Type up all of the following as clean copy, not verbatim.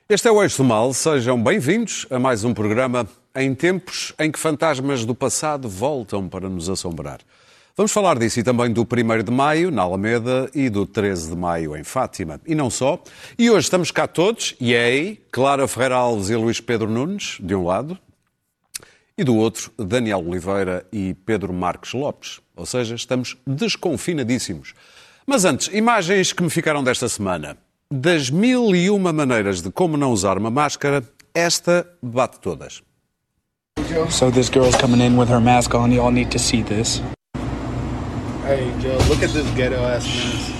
Este é o Eixo do Mal. Sejam bem-vindos a mais um programa em tempos em que fantasmas do passado voltam para nos assombrar. Vamos falar disso e também do 1º de Maio, na Alameda, e do 13 de Maio, em Fátima. E não só. E hoje estamos cá todos, e é aí, Clara Ferreira Alves e Luís Pedro Nunes, de um lado, e do outro, Daniel Oliveira e Pedro Marques Lopes. Ou seja, estamos desconfinadíssimos. Mas antes, imagens que me ficaram desta semana. Das 1001 maneiras de como não usar uma máscara, esta bate todas. So this girl's coming in with her mask on. You all need to see this. Hey, Joe, look at this ghetto-ass mask.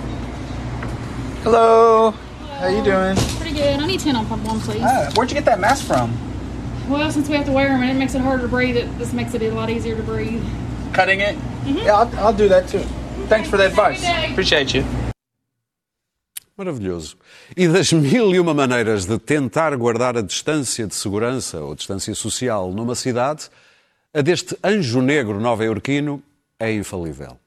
Hello. How you doing? Pretty good. I need 10 on pump one, please. Where'd you get that mask from? Well, since we have to wear them and it makes it harder to breathe, this makes it a lot easier to breathe. Cutting it? Yeah, I'll do that too. Thanks for the advice. day. Appreciate you. Maravilhoso. E das 1001 maneiras de tentar guardar a distância de segurança ou distância social numa cidade, a deste anjo negro nova-iorquino é infalível.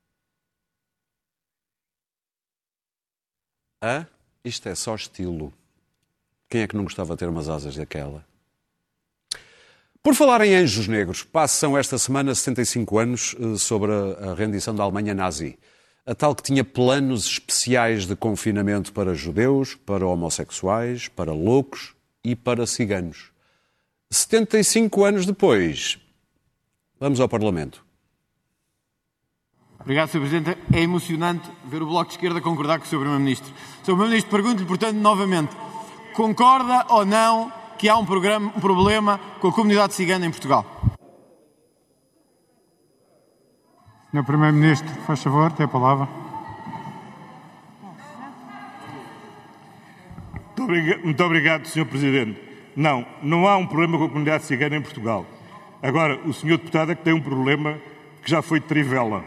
Isto é só estilo. Quem é que não gostava de ter umas asas daquela? Por falar em anjos negros, passam esta semana 75 anos sobre a rendição da Alemanha nazi. A tal que tinha planos especiais de confinamento para judeus, para homossexuais, para loucos e para ciganos. 75 anos depois, vamos ao Parlamento. Obrigado, Sr. Presidente. É emocionante ver o Bloco de Esquerda concordar com o Sr. Primeiro-Ministro. Sr. Primeiro-Ministro, pergunto-lhe, portanto, novamente, concorda ou não que há um problema com a comunidade cigana em Portugal? Sr. Primeiro-Ministro, faz favor, tem a palavra. Muito obrigado, Sr. Presidente. Não há um problema com a comunidade cigana em Portugal. Agora, o Sr. Deputado é que tem um problema que já foi de trivela.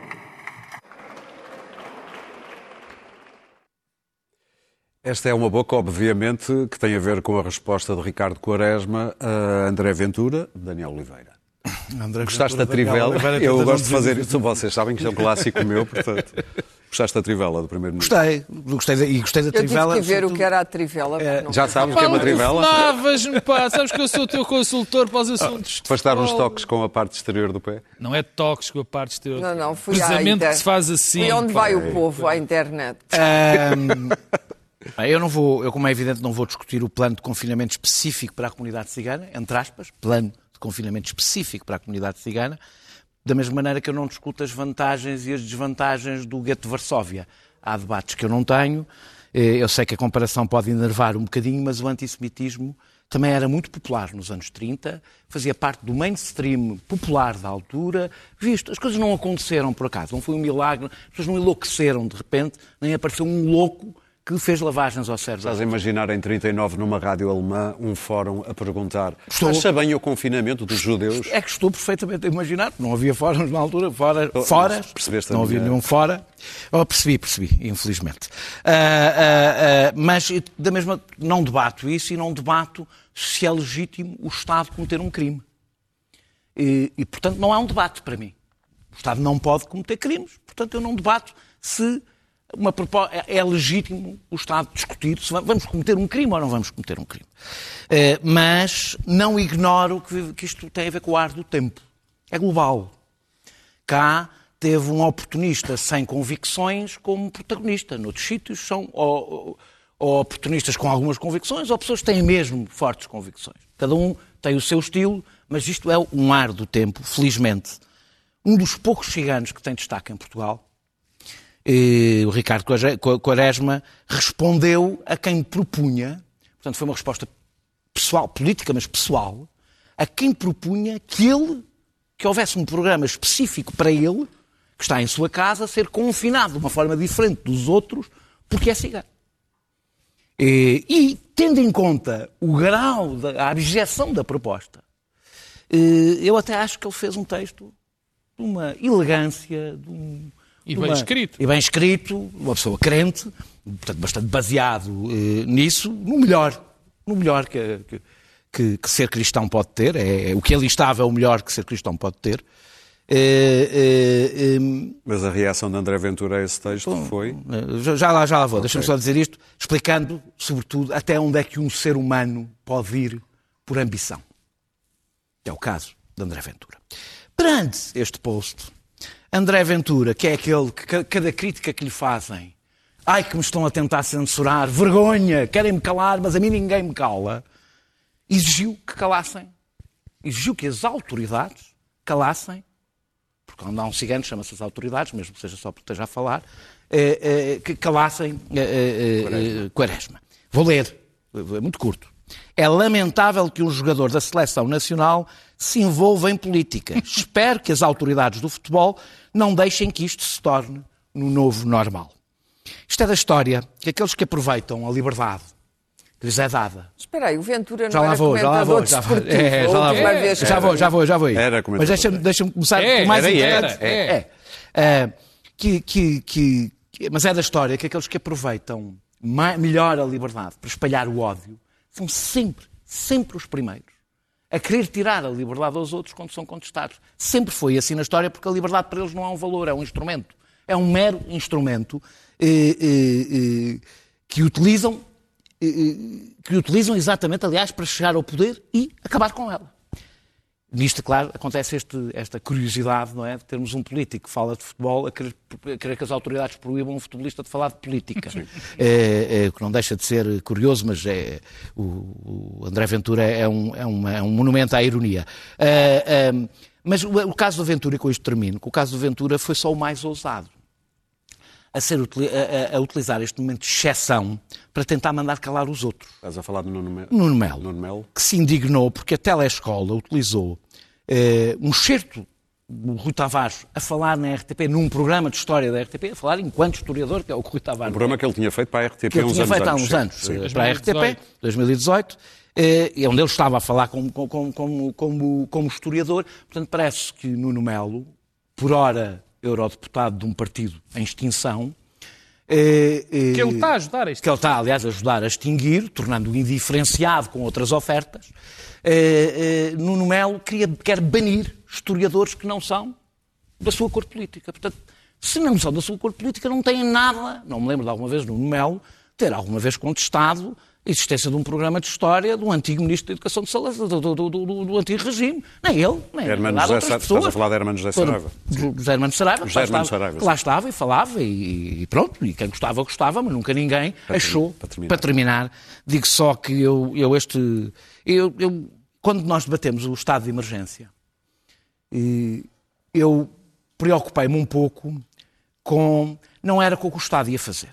Esta é uma boca, obviamente, que tem a ver com a resposta de Ricardo Quaresma a André Ventura, Daniel Oliveira. Gostaste da trivela? Eu gosto de fazer isso. Vocês sabem que isto é um clássico meu, portanto. Gostaste da trivela do Primeiro-Ministro? Gostei da trivela. Eu tive que ver o que era a trivela. Já sabes o que é uma trivela? Telefonavas-me, pá, sabes que eu sou o teu consultor para os assuntos. Foste dar uns toques com a parte exterior do pé? Não é toques com a parte exterior. Não, fui à Precisamente internet. que se faz assim. E onde vai o povo? À internet. Eu, como é evidente, não vou discutir o plano de confinamento específico para a comunidade cigana, entre aspas, plano de confinamento específico para a comunidade cigana, da mesma maneira que eu não discuto as vantagens e as desvantagens do gueto de Varsóvia. Há debates que eu não tenho, eu sei que a comparação pode enervar um bocadinho, mas o antissemitismo também era muito popular nos anos 30, fazia parte do mainstream popular da altura. Visto, as coisas não aconteceram por acaso, não foi um milagre, as pessoas não enlouqueceram de repente, nem apareceu um louco que fez lavagens ao cérebro. Estás a imaginar em 39, numa rádio alemã, um fórum a perguntar: acha bem o confinamento dos judeus? É que estou perfeitamente a imaginar, não havia fóruns na altura, foras, não havia nenhum fora. Percebi, infelizmente. Mas da mesma, não debato isso e não debato se é legítimo o Estado cometer um crime. E portanto, não há um debate para mim. O Estado não pode cometer crimes, portanto, eu não debato se é legítimo o Estado discutir se vamos cometer um crime ou não vamos cometer um crime. Mas não ignoro que isto tem a ver com o ar do tempo. É global. Cá teve um oportunista sem convicções como protagonista. Noutros sítios são ou oportunistas com algumas convicções ou pessoas que têm mesmo fortes convicções. Cada um tem o seu estilo, mas isto é um ar do tempo, felizmente. Um dos poucos ciganos que tem destaque em Portugal, o Ricardo Quaresma, respondeu a quem propunha, portanto foi uma resposta pessoal, política, mas pessoal, a quem propunha que houvesse um programa específico para ele, que está em sua casa, ser confinado de uma forma diferente dos outros, porque é cigano. E tendo em conta o grau, a abjeção da proposta, eu até acho que ele fez um texto de uma elegância, E bem escrito, uma pessoa crente, portanto, bastante baseado nisso, no melhor que ser cristão pode ter. O que ali estava é o melhor que ser cristão pode ter. Mas a reação de André Ventura a esse texto foi... Já lá vou. Okay. Deixa-me só dizer isto. explicando, sobretudo, até onde é que um ser humano pode ir por ambição. É o caso de André Ventura. Perante este post, André Ventura, que é aquele que cada crítica que lhe fazem, ai que me estão a tentar censurar, vergonha, querem-me calar, mas a mim ninguém me cala, exigiu que calassem, exigiu que as autoridades calassem, porque quando há um cigano chama-se as autoridades, mesmo que seja só porque esteja a falar, que calassem Quaresma. Vou ler, é muito curto. É lamentável que um jogador da seleção nacional se envolva em política. Espero que as autoridades do futebol não deixem que isto se torne no novo normal. Isto é da história que aqueles que aproveitam a liberdade que lhes é dada. Espera aí, o Ventura já não lá era vou, comentador desportivo. Já vou aí. Era mas deixa-me começar por mais importante. Mas é da história que aqueles que aproveitam melhor a liberdade para espalhar o ódio são sempre os primeiros a querer tirar a liberdade aos outros quando são contestados. Sempre foi assim na história, porque a liberdade para eles não é um valor, é um instrumento. É um mero instrumento que utilizam exatamente, aliás, para chegar ao poder e acabar com ela. Nisto, claro, acontece esta curiosidade, não é? De termos um político que fala de futebol a querer que as autoridades proíbam um futebolista de falar de política. O que não deixa de ser curioso, mas o André Ventura é um monumento à ironia. Mas o caso do Ventura, e com isto termino, o caso do Ventura foi só o mais ousado a utilizar este momento de exceção para tentar mandar calar os outros. Estás a falar do Nuno Melo, que se indignou porque a telescola utilizou um excerto do Rui Tavares a falar na RTP, num programa de história da RTP, a falar enquanto historiador, que é o Rui Tavares. Um programa que ele tinha feito para a RTP há uns anos, para a RTP, 2018, onde ele estava a falar como historiador. Portanto, parece que Nuno Melo, por ora eurodeputado de um partido em extinção, que ele está a ajudar a extinguir. Que ele está, aliás, a ajudar a extinguir, tornando-o indiferenciado com outras ofertas. Nuno Melo quer banir historiadores que não são da sua cor política. Portanto, se não são da sua cor política, não têm nada. Não me lembro de alguma vez Nuno Melo ter alguma vez contestado a existência de um programa de história do antigo Ministro da Educação de Salazar, do antigo regime. Nem ele, nem outras pessoas. Estás a falar de Hermano José Saraiva. José Hermano Saraiva, que lá estava e falava e pronto, e quem gostava, mas nunca ninguém achou. Para terminar, digo só que quando nós debatemos o estado de emergência, eu preocupei-me um pouco não era com o que o Estado ia fazer,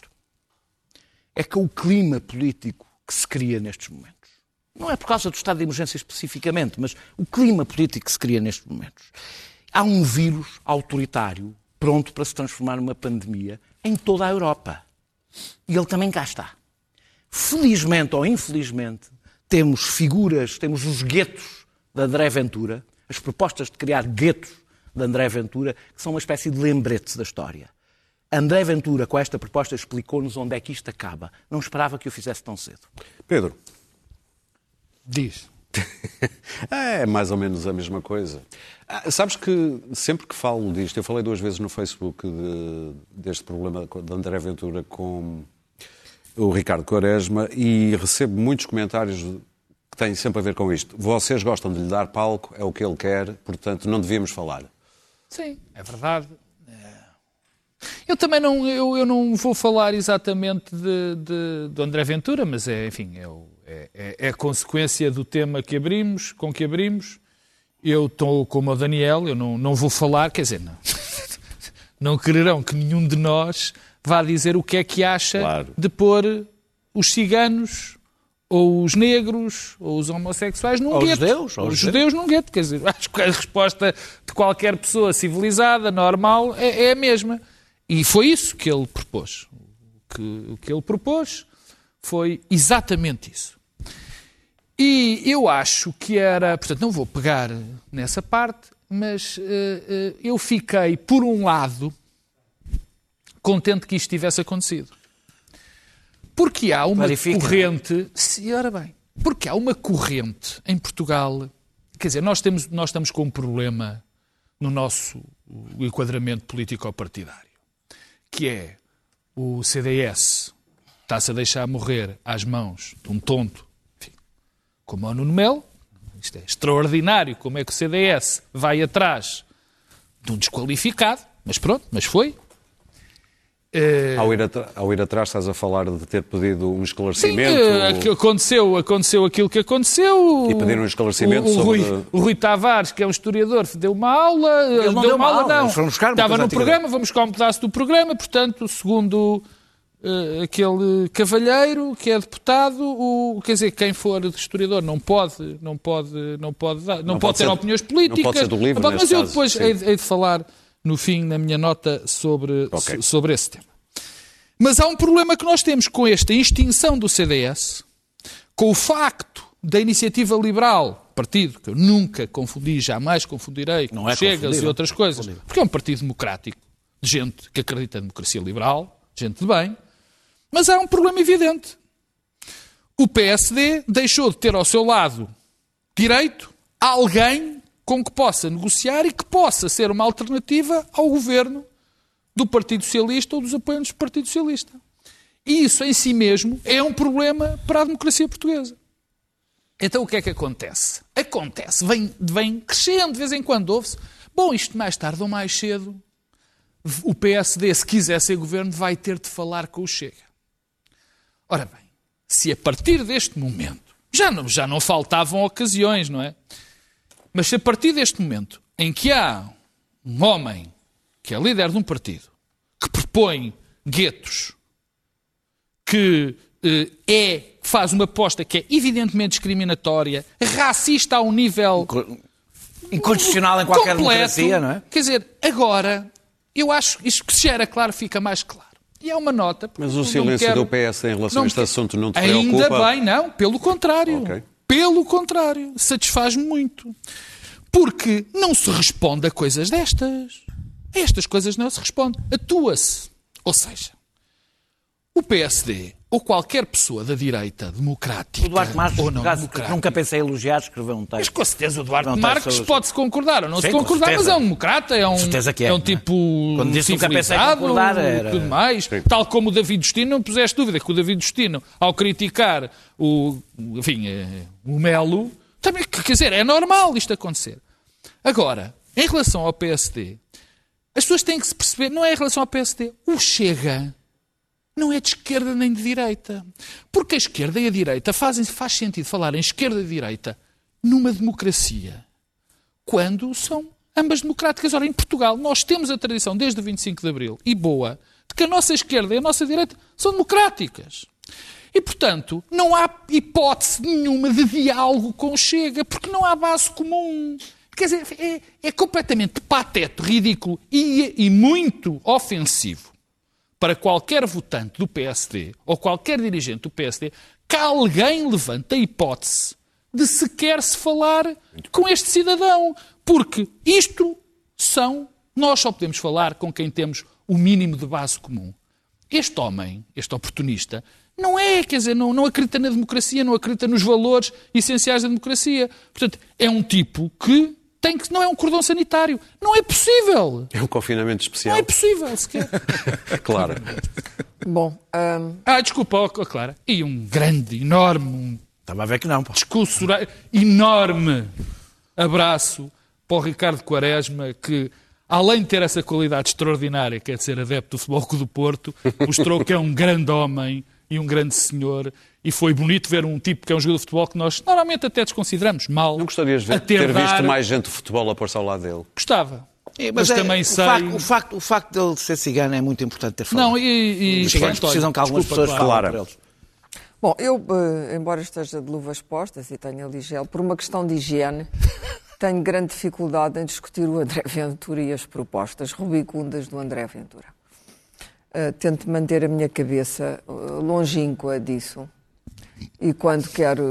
é com o clima político que se cria nestes momentos. Não é por causa do estado de emergência especificamente, mas o clima político que se cria nestes momentos. Há um vírus autoritário pronto para se transformar numa pandemia em toda a Europa. E ele também cá está. Felizmente ou infelizmente, temos os guetos de André Ventura, as propostas de criar guetos de André Ventura, que são uma espécie de lembrete da história. André Ventura, com esta proposta, explicou-nos onde é que isto acaba. Não esperava que o fizesse tão cedo. Pedro. Diz. É mais ou menos a mesma coisa. Sabes que sempre que falo disto, eu falei 2 vezes no Facebook deste problema de André Ventura com o Ricardo Quaresma e recebo muitos comentários que têm sempre a ver com isto. Vocês gostam de lhe dar palco, é o que ele quer, portanto não devíamos falar. Sim, é verdade. Eu também não vou falar exatamente de André Ventura, mas é consequência do tema com que abrimos. Eu estou como o Daniel, eu não vou falar, quer dizer, não quererão que nenhum de nós vá dizer o que é que acha de pôr os ciganos, ou os negros, ou os homossexuais num gueto. Os judeus num gueto. Quer dizer, acho que a resposta de qualquer pessoa civilizada, normal, é a mesma. E foi isso que ele propôs. O que ele propôs foi exatamente isso. E eu acho que era... Portanto, não vou pegar nessa parte, mas eu fiquei, por um lado, contente que isto tivesse acontecido. Porque há uma corrente... Ora bem, porque há uma corrente em Portugal... Quer dizer, nós estamos com um problema no nosso enquadramento político-partidário, que é o CDS está-se a deixar morrer às mãos de um tonto, enfim, como o Nuno Melo. Isto é extraordinário como é que o CDS vai atrás de um desqualificado, mas pronto, mas foi. Ao ir atrás estás a falar de ter pedido um esclarecimento? Sim, aconteceu aquilo que aconteceu. E pedir um esclarecimento sobre... O Rui Tavares, que é um historiador, deu uma aula. Ele não deu uma aula, não. Estava no programa, vamos buscar um pedaço do programa, portanto, segundo aquele cavalheiro que é deputado, quer dizer, quem for historiador não pode ter opiniões políticas. Não pode ser do livro, mas eu depois sim. hei de falar no fim, na minha nota, sobre esse tema. Mas há um problema que nós temos com esta extinção do CDS, com o facto da Iniciativa Liberal, partido que eu nunca confundi, jamais confundirei, com Chegas e outras coisas, porque é um partido democrático, de gente que acredita na democracia liberal, gente de bem, mas há um problema evidente. O PSD deixou de ter ao seu lado direito alguém com que possa negociar e que possa ser uma alternativa ao governo do Partido Socialista ou dos apoiantes do Partido Socialista. E isso em si mesmo é um problema para a democracia portuguesa. Então o que é que acontece? Vem crescendo de vez em quando, ouve-se. Bom, isto mais tarde ou mais cedo, o PSD, se quiser ser governo, vai ter de falar com o Chega. Ora bem, se a partir deste momento, já não faltavam ocasiões, não é? Mas se a partir deste momento em que há um homem que é líder de um partido, que propõe guetos, que faz uma aposta que é evidentemente discriminatória, racista a um nível inconstitucional em qualquer completo, democracia, não é? Quer dizer, agora, eu acho que isto que se era claro fica mais claro. E é uma nota... Mas o silêncio do PS em relação a este assunto não te preocupa? Ainda bem, não. Pelo contrário. Okay. Pelo contrário. Satisfaz-me muito. Porque não se responde a coisas destas. A estas coisas não se responde. Atua-se. Ou seja, o PSD ou qualquer pessoa da direita democrática o Duarte Marques, ou não democrática... Nunca pensei em elogiar, escreveu um texto. Mas com certeza o Duarte Marques pode-se concordar ou não se concordar, mas é um democrata, é um tipo civilizado e tudo mais. Sim. Tal como o David Justino, não puseste dúvida que o David Justino, ao criticar o Melo, também, quer dizer, é normal isto acontecer. Agora, em relação ao PSD, as pessoas têm que se perceber, não é em relação ao PSD, o Chega não é de esquerda nem de direita. Porque a esquerda e a direita faz sentido falar em esquerda e direita numa democracia quando são ambas democráticas. Ora, em Portugal nós temos a tradição desde o 25 de Abril, e boa, de que a nossa esquerda e a nossa direita são democráticas. E, portanto, não há hipótese nenhuma de diálogo com o Chega, porque não há base comum. Quer dizer, é completamente patético, ridículo e muito ofensivo para qualquer votante do PSD ou qualquer dirigente do PSD que alguém levante a hipótese de sequer se falar com este cidadão. Porque nós só podemos falar com quem temos o mínimo de base comum. Este homem, este oportunista, não acredita na democracia, não acredita nos valores essenciais da democracia. Portanto, é um tipo que não é um cordão sanitário. Não é possível. É um confinamento especial. Não é possível, sequer. Claro. Bom. Desculpa, Clara. E um grande, enorme... Estava a ver que não, pá. Discurso enorme abraço para o Ricardo Quaresma, que, além de ter essa qualidade extraordinária, que é de ser adepto do Futebol Clube do Porto, mostrou que é um grande homem e um grande senhor. E foi bonito ver um tipo que é um jogador de futebol que nós normalmente até desconsideramos mal. Não gostarias de ter visto mais gente de futebol a pôr-se ao lado dele? Gostava. Mas também sei... O facto dele ser cigano é muito importante ter falado. Não, os ciganos precisam que algumas pessoas falem por eles. Bom, eu, embora esteja de luvas postas e tenha ali gel, por uma questão de higiene, tenho grande dificuldade em discutir o André Ventura e as propostas rubicundas do André Ventura. Tento manter a minha cabeça longínqua disso. E quando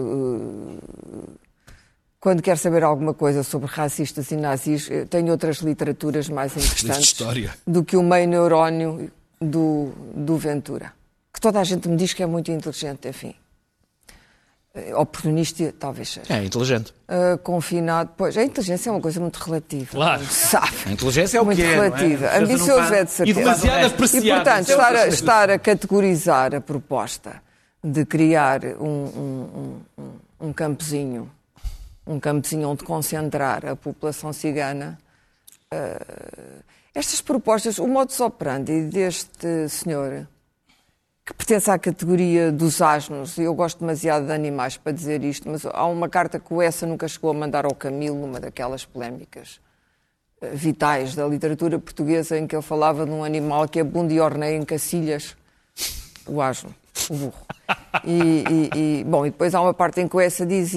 quero saber alguma coisa sobre racistas e nazis, tenho outras literaturas mais interessantes do que o meio neurónio do Ventura, que toda a gente me diz que é muito inteligente, enfim. Oportunista, talvez seja. É inteligente. Confinado, pois, a inteligência é uma coisa muito relativa. Claro. Sabe? A inteligência é o muito que é, relativa. não é? Ambicioso é de certeza. E demasiado E, apreciado. portanto, estar a categorizar a proposta de criar um campezinho onde concentrar a população cigana, estas propostas, o modus operandi deste senhor, que pertence à categoria dos asnos, e eu gosto demasiado de animais para dizer isto, mas há uma carta que o Essa nunca chegou a mandar ao Camilo, numa daquelas polémicas vitais da literatura portuguesa, em que ele falava de um animal que abunda e orneia em cacilhas, o asno, o burro. E depois há uma parte em que o Essa diz,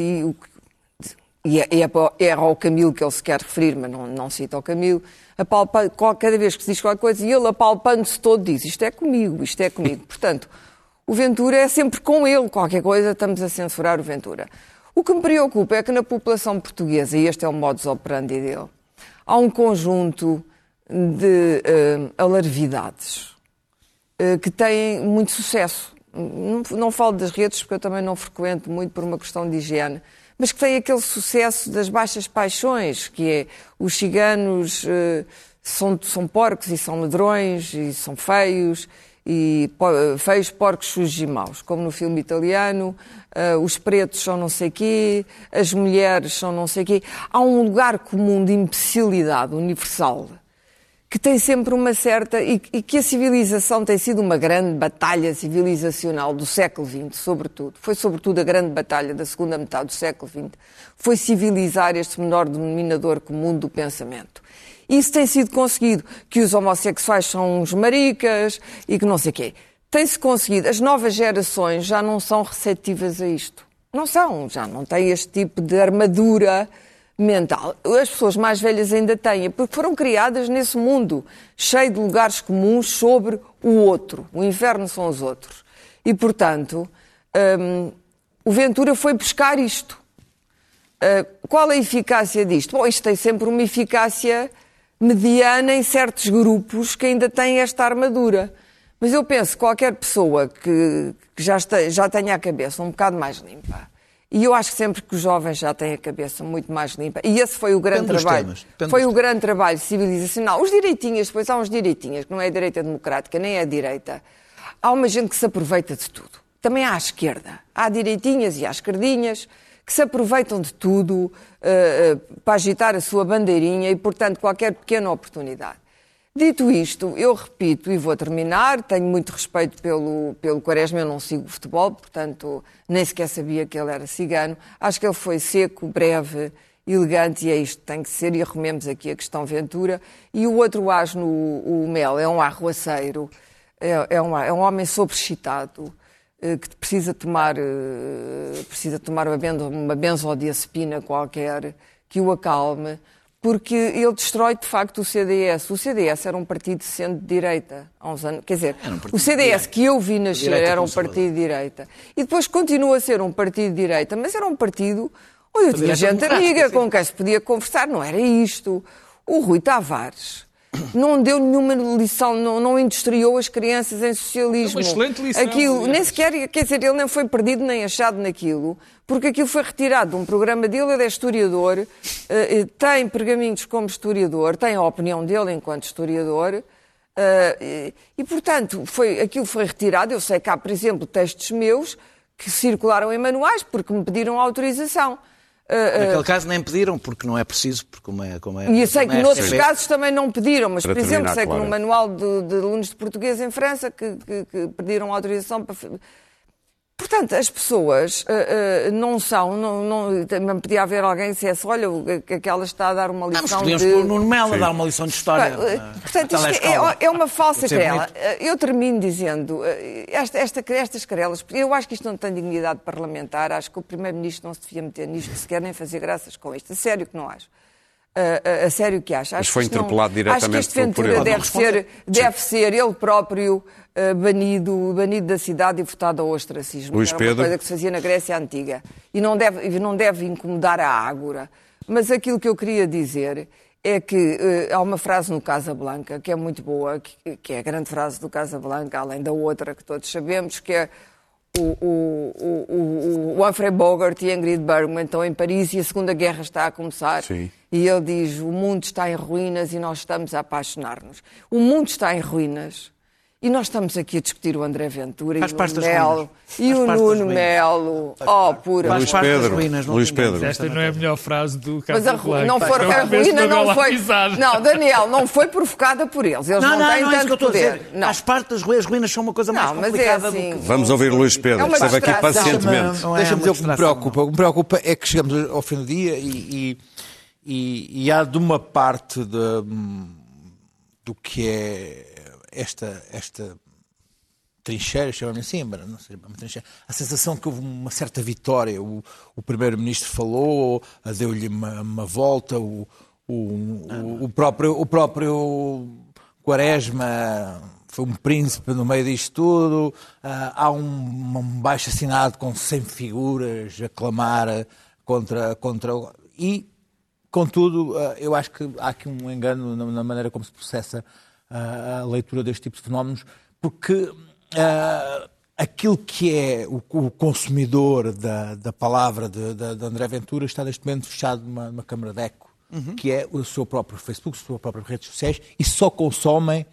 é ao Camilo que ele se quer referir, mas não cita o Camilo, cada vez que se diz qualquer coisa, e ele apalpando-se todo diz, isto é comigo. Portanto, o Ventura é sempre com ele, qualquer coisa estamos a censurar o Ventura. O que me preocupa é que na população portuguesa, e este é o modus operandi dele, há um conjunto de alarvidades que têm muito sucesso. Não falo das redes, porque eu também não frequento muito por uma questão de higiene, mas que tem aquele sucesso das baixas paixões, que é os ciganos são porcos e são ladrões e são feios, feios, porcos, sujos e maus, como no filme italiano, os pretos são não sei quê, as mulheres são não sei quê. Há um lugar comum de imbecilidade universal que tem sempre uma certa... E que a civilização tem sido uma grande batalha civilizacional do século XX, sobretudo. Foi sobretudo a grande batalha da segunda metade do século XX. Foi civilizar este menor denominador comum do pensamento. Isso tem sido conseguido, que os homossexuais são uns maricas e que não sei o quê. Tem-se conseguido. As novas gerações já não são receptivas a isto. Não são, já não têm este tipo de armadura mental. As pessoas mais velhas ainda têm, porque foram criadas nesse mundo cheio de lugares comuns sobre o outro. O inferno são os outros. E, portanto, o Ventura foi buscar isto. Qual a eficácia disto? Bom, isto tem sempre uma eficácia mediana em certos grupos que ainda têm esta armadura. Mas eu penso que qualquer pessoa que já tenha a cabeça um bocado mais limpa, e eu acho que sempre que os jovens já têm a cabeça muito mais limpa, e esse foi o grande trabalho, o grande trabalho civilizacional. Os direitinhas, depois há uns direitinhas, que não é a direita democrática, nem é a direita. Há uma gente que se aproveita de tudo. Também há à esquerda. Há direitinhas e há esquerdinhas que se aproveitam de tudo para agitar a sua bandeirinha e, portanto, qualquer pequena oportunidade. Dito isto, eu repito e vou terminar, tenho muito respeito pelo Quaresma, eu não sigo futebol, portanto nem sequer sabia que ele era cigano. Acho que ele foi seco, breve, elegante e é isto que tem que ser, e arrumemos aqui a questão Ventura. E o outro asno, o Mel, é um arruaceiro, é um homem sobreexcitado, que precisa tomar uma benzodiazepina qualquer que o acalme, porque ele destrói, de facto, o CDS. O CDS era um partido de centro-direita há uns anos. Quer dizer, o CDS que eu vi nascer era um partido de direita. E depois continua a ser um partido de direita, mas era um partido onde eu tinha gente amiga com quem se podia conversar. Não era isto. O Rui Tavares não deu nenhuma lição, não industriou as crianças em socialismo. É uma excelente lição. Aquilo, nem sequer, quer dizer, ele nem foi perdido nem achado naquilo, porque aquilo foi retirado de um programa dele. Ele é historiador, tem pergaminhos como historiador, tem a opinião dele enquanto historiador, e portanto, aquilo foi retirado. Eu sei que há, por exemplo, textos meus que circularam em manuais porque me pediram autorização. Naquele caso nem pediram, porque não é preciso, porque como é e eu sei que noutros casos também não pediram, mas, por exemplo, sei claro, que no manual de alunos de português em França que pediram autorização para... Portanto, as pessoas não são... Também podia haver alguém que dissesse, olha, que aquela está a dar uma lição mas podíamos pôr o Nuno Melo a dar uma lição de história. Portanto, isto é uma falsa querela. Eu termino dizendo, estas querelas, eu acho que isto não tem dignidade parlamentar, acho que o Primeiro-Ministro não se devia meter nisto sequer, nem fazer graças com isto. A sério que não acho. A sério que acho. Mas foi interpelado diretamente por ele. Acho que este Ventura deve ser ele próprio banido da cidade e votado ao ostracismo. Luís Era Pedro. uma coisa que se fazia na Grécia Antiga. E não deve incomodar a Ágora. Mas aquilo que eu queria dizer é que há uma frase no Casablanca que é muito boa, que é a grande frase do Casablanca, além da outra que todos sabemos, que é o Humphrey Bogart e Ingrid Bergman estão em Paris e a Segunda Guerra está a começar. Sim. E ele diz, o mundo está em ruínas e nós estamos a apaixonar-nos. O mundo está em ruínas e nós estamos aqui a discutir o André Ventura Faz e o parte das Melo ruínas. e o Nuno Melo. Oh, pura. Luís Pedro. Esta não é a melhor frase do Mas Carlos Blanco. não foi, a ruína não foi. Não, Daniel, não foi provocada por eles. Eles não têm tanto poder. Não. Faz parte das ruínas. As ruínas são uma coisa mais complicada assim, do que... Vamos ouvir Luís Pedro, que esteve aqui pacientemente. Deixa-me dizer o que me preocupa. O que me preocupa é que chegamos ao fim do dia e há de uma parte do que é esta trincheira, chama-me assim, mas não sei, uma trincheira. A sensação que houve uma certa vitória. O primeiro-ministro falou, deu-lhe uma volta, o próprio Quaresma foi um príncipe no meio disto tudo. Há um baixo-assinado com 100 figuras a clamar contra e, contudo, eu acho que há aqui um engano na maneira como se processa a leitura deste tipo de fenómenos, porque aquilo que é o consumidor da palavra de André Ventura está neste momento fechado numa câmara de eco, que é o seu próprio Facebook, as suas próprias redes sociais, e só consomem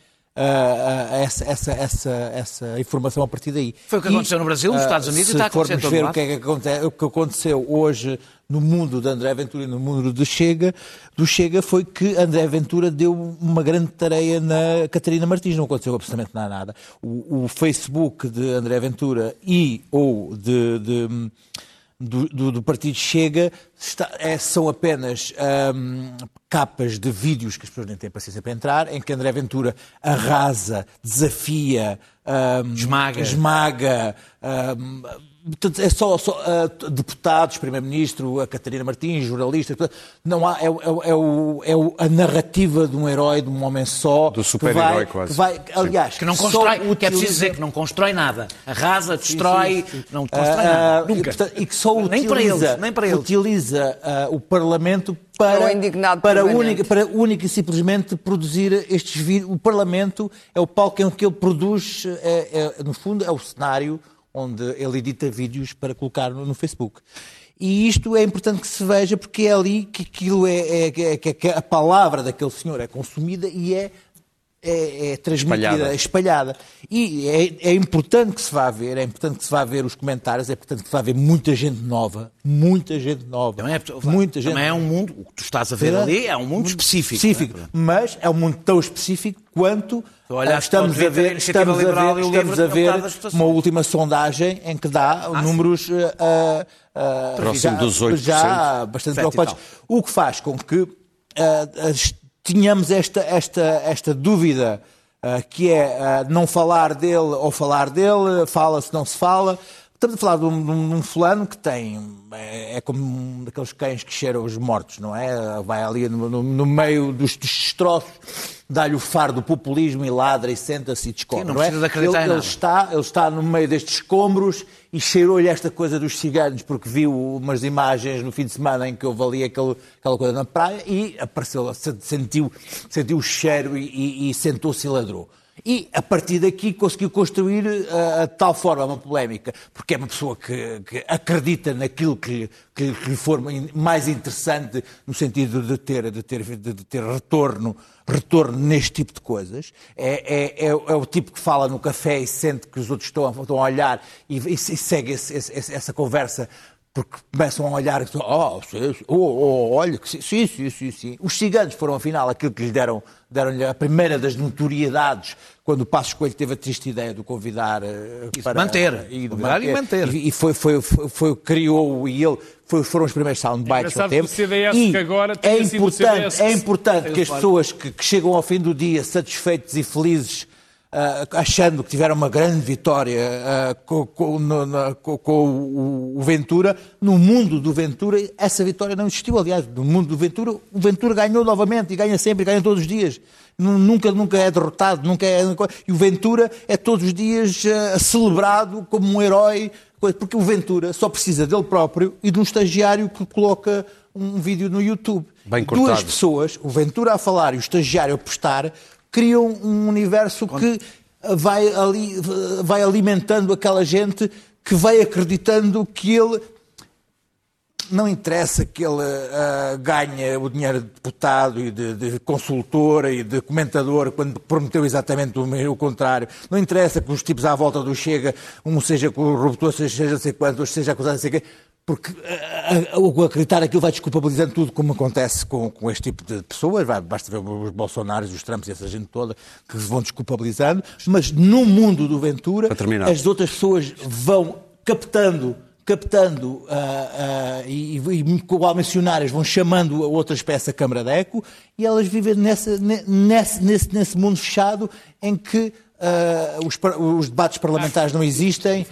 essa informação a partir daí. Foi o que aconteceu no Brasil, nos Estados Unidos, e está a acontecer em todo lado. Se formos ver o que aconteceu hoje no mundo de André Ventura e no mundo do Chega foi que André Ventura deu uma grande tareia na Catarina Martins, não aconteceu absolutamente nada. O Facebook de André Ventura ou do Partido Chega são apenas capas de vídeos que as pessoas nem têm paciência para entrar, em que André Ventura desafia, esmaga, portanto, é só deputados, Primeiro-Ministro, a Catarina Martins, jornalistas, não há, a narrativa de um herói, de um homem só, do super-herói quase. Aliás, que não constrói, que é preciso dizer que não constrói nada, arrasa, destrói, não constrói nada, nunca. E que só nem para eles. Utiliza o Parlamento para única e simplesmente produzir estes vídeos. O Parlamento é o palco em que ele produz, no fundo, é o cenário onde ele edita vídeos para colocar no Facebook. E isto é importante que se veja, porque é ali que aquilo que a palavra daquele senhor é consumida e é transmitida, espalhada. E é importante que se vá ver, os comentários, é importante que se vá ver muita gente nova. Também é um mundo, o que tu estás a ver ali é um mundo específico. Mas é um mundo tão específico quanto estamos a ver uma última sondagem em que dá números próximo dos 8%. Já bastante preocupantes. O que faz com que tínhamos esta dúvida que é não falar dele ou falar dele, fala-se, não se fala. Estamos a falar de um fulano que é como um daqueles cães que cheiram os mortos, não é? Vai ali no meio dos destroços, dá-lhe o faro do populismo e ladra e senta-se e descobre, não é? Precisa de acreditar em nada. Ele está no meio destes escombros e cheirou-lhe esta coisa dos ciganos, porque viu umas imagens no fim de semana em que houve ali aquela coisa na praia e apareceu, sentiu o cheiro e sentou-se e ladrou. E, a partir daqui, conseguiu construir de tal forma uma polémica, porque é uma pessoa que acredita naquilo que lhe for mais interessante, no sentido de ter retorno neste tipo de coisas. É o tipo que fala no café e sente que os outros estão a olhar e segue essa conversa, porque começam a olhar e dizem, olha, sim. Os ciganos foram, afinal, aquilo que lhe deram-lhe a primeira das notoriedades, quando o Passos Coelho teve a triste ideia de o convidar para manter. E foi o que criou, e ele foram os primeiros soundbites que ele teve. É importante que as pessoas que chegam ao fim do dia satisfeitos e felizes, achando que tiveram uma grande vitória com o Ventura, no mundo do Ventura essa vitória não existiu. Aliás, no mundo do Ventura, o Ventura ganhou novamente e ganha sempre, ganha todos os dias. Nunca é derrotado, e o Ventura é todos os dias celebrado como um herói, porque o Ventura só precisa dele próprio e de um estagiário que coloca um vídeo no YouTube. Bem cortado. Duas pessoas, o Ventura a falar e o estagiário a postar, criam um universo que vai alimentando aquela gente que vai acreditando que ele... Não interessa que ele ganhe o dinheiro de deputado e de consultor e de comentador quando prometeu exatamente o contrário. Não interessa que os tipos à volta do Chega, um seja corruptor, seja não sei quanto, outro seja acusado de não sei quê, porque ao acreditar aquilo vai desculpabilizando tudo, como acontece com este tipo de pessoas. Basta ver os Bolsonaros, os Trumps e essa gente toda que se vão desculpabilizando. Mas no mundo do Ventura, as outras pessoas vão captando e ao mencionárias vão chamando a outra espécie a Câmara de Eco, e elas vivem nesse mundo fechado em que os debates parlamentares não existem,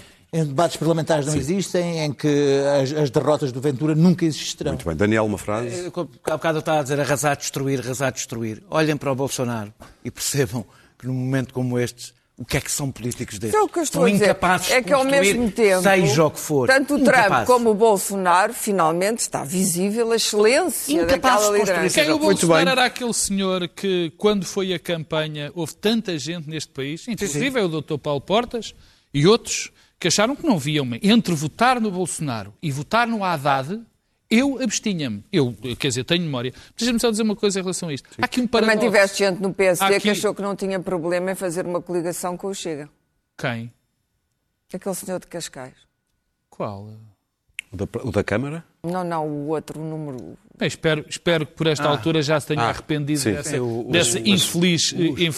em que as derrotas do Ventura nunca existirão. Muito bem. Daniel, uma frase? Há bocado eu estava a dizer arrasar, destruir. Olhem para o Bolsonaro e percebam que num momento como este, o que é que são políticos destes? Então, o que eu estou a dizer é que, ao mesmo tempo, seja o que for, tanto o Trump como o Bolsonaro, finalmente está visível a excelência daquela liderança. Quem o Bolsonaro era aquele senhor que, quando foi a campanha, houve tanta gente neste país, inclusive é o Dr. Paulo Portas e outros, que acharam que não viam entre votar no Bolsonaro e votar no Haddad. Eu abstinha-me. Quer dizer, tenho memória. Deixa-me só dizer uma coisa em relação a isto. Há aqui um paradoxo. Também tiveste gente no PSD que achou que não tinha problema em fazer uma coligação com o Chega. Quem? Aquele senhor de Cascais. Qual? O da Câmara? Não, o outro, o número... Bem, espero que por esta altura já se tenha arrependido dessa infeliz.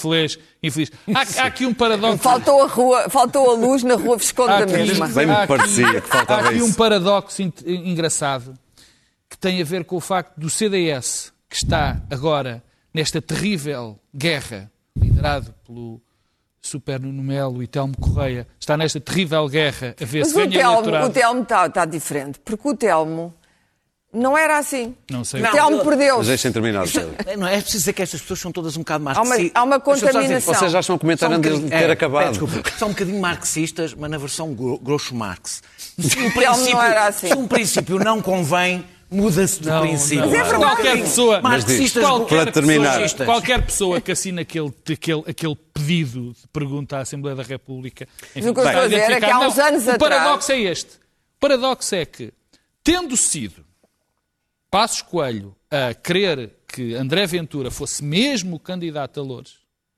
Há aqui um paradoxo. Faltou a luz na Rua Visconde da mesma. Bem me parecia que faltava isso. Há aqui um paradoxo engraçado que tem a ver com o facto do CDS, que está agora nesta terrível guerra, liderado pelo Super Nuno Melo e Telmo Correia, está nesta terrível guerra a ver se ganha eleitorado. O Telmo está diferente, porque o Telmo não era assim. Não sei. O Telmo perdeu. Mas deixem terminar. Não é preciso dizer que estas pessoas são todas um bocado Há uma contaminação. Vocês já estão a comentar antes de ter acabado. São um bocadinho marxistas, mas na versão Groucho Marx. Se não era assim. Se um princípio não convém, muda-se de princípio. Mas é verdade. Qualquer pessoa, marxistas, qualquer pessoa que assina aquele pedido de pergunta à Assembleia da República... Enfim, o que eu estou a dizer é que há uns anos atrás... O paradoxo é este. O paradoxo é que, tendo sido Passos Coelho a querer que André Ventura fosse mesmo candidato a Loures,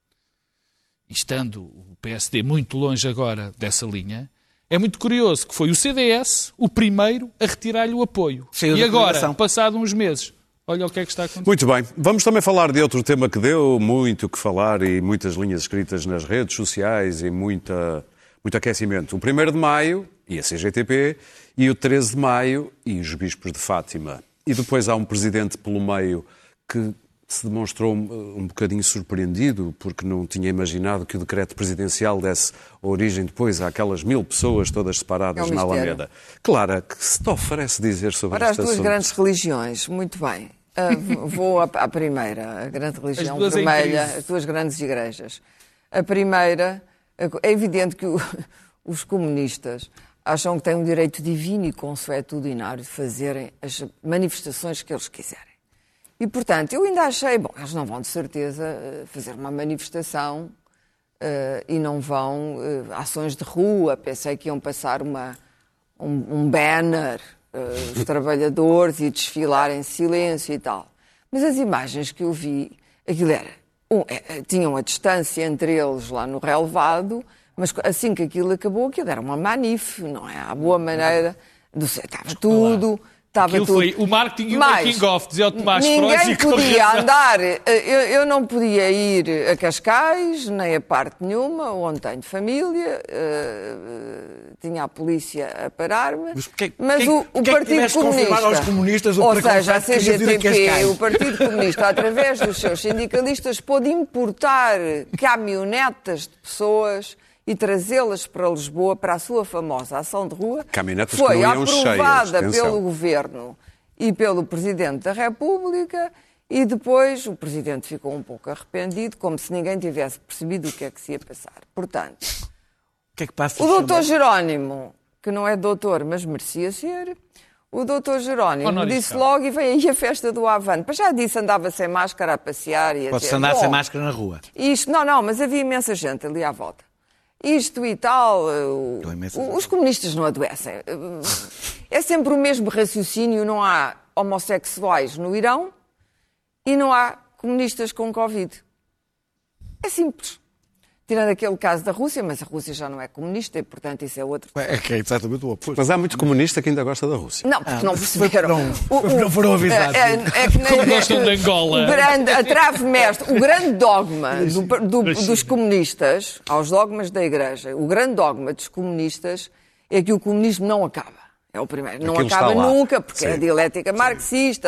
e estando o PSD muito longe agora dessa linha, é muito curioso que foi o CDS o primeiro a retirar-lhe o apoio. E agora, passado uns meses, olha o que é que está a acontecer. Muito bem. Vamos também falar de outro tema que deu muito o que falar e muitas linhas escritas nas redes sociais e muito aquecimento. O 1º de Maio e a CGTP, e o 13 de Maio e os Bispos de Fátima. E depois há um presidente pelo meio que se demonstrou um bocadinho surpreendido porque não tinha imaginado que o decreto presidencial desse origem depois àquelas 1000 pessoas todas separadas na Alameda. Clara, que se te oferece dizer sobre este assunto? As duas grandes religiões, muito bem. Vou à primeira, a grande religião vermelha, as duas grandes igrejas. A primeira, é evidente que os comunistas acham que têm um direito divino e consuetudinário de fazerem as manifestações que eles quiserem. E, portanto, eu ainda achei, eles não vão de certeza fazer uma manifestação e não vão ações de rua. Pensei que iam passar um banner, os trabalhadores, e desfilar em silêncio e tal. Mas as imagens que eu vi, aquilo era... tinham a distância entre eles lá no relevado, mas assim que aquilo acabou, aquilo era uma manif, não é? À boa maneira, estava tudo... Aquilo foi o marketing e o making of, dizia o Tomás Freud. Ninguém podia andar, eu não podia ir a Cascais, nem a parte nenhuma, onde tenho família, tinha a polícia a parar-me, mas o Partido Comunista, ou seja, a CGTP, o Partido Comunista, através dos seus sindicalistas, pôde importar caminhonetas de pessoas e trazê-las para Lisboa para a sua famosa ação de rua, foi aprovada pelo Governo e pelo Presidente da República, e depois o Presidente ficou um pouco arrependido, como se ninguém tivesse percebido o que é que se ia passar. Portanto, o doutor Jerónimo, que não é doutor, mas merecia ser, o doutor Jerónimo disse logo, e vem aí a festa do Avante. Já disse, andava sem máscara a passear. Pode-se andar sem máscara na rua. Isto, não, mas havia imensa gente ali à volta. isto e tal. Os comunistas não adoecem. É sempre o mesmo raciocínio, não há homossexuais no Irão e não há comunistas com Covid. É simples. Tirando aquele caso da Rússia, mas a Rússia já não é comunista e, portanto, isso é outro. É que é exatamente o oposto. Mas há muito comunista que ainda gosta da Rússia. Não, porque não perceberam. Não foram avisados. Como gostam de Angola. A trave mestre, o grande dogma dos comunistas, aos dogmas da Igreja, o grande dogma dos comunistas é que o comunismo não acaba. É o primeiro. Não Aquilo acaba está lá. nunca, porque Sim. é a dialética marxista,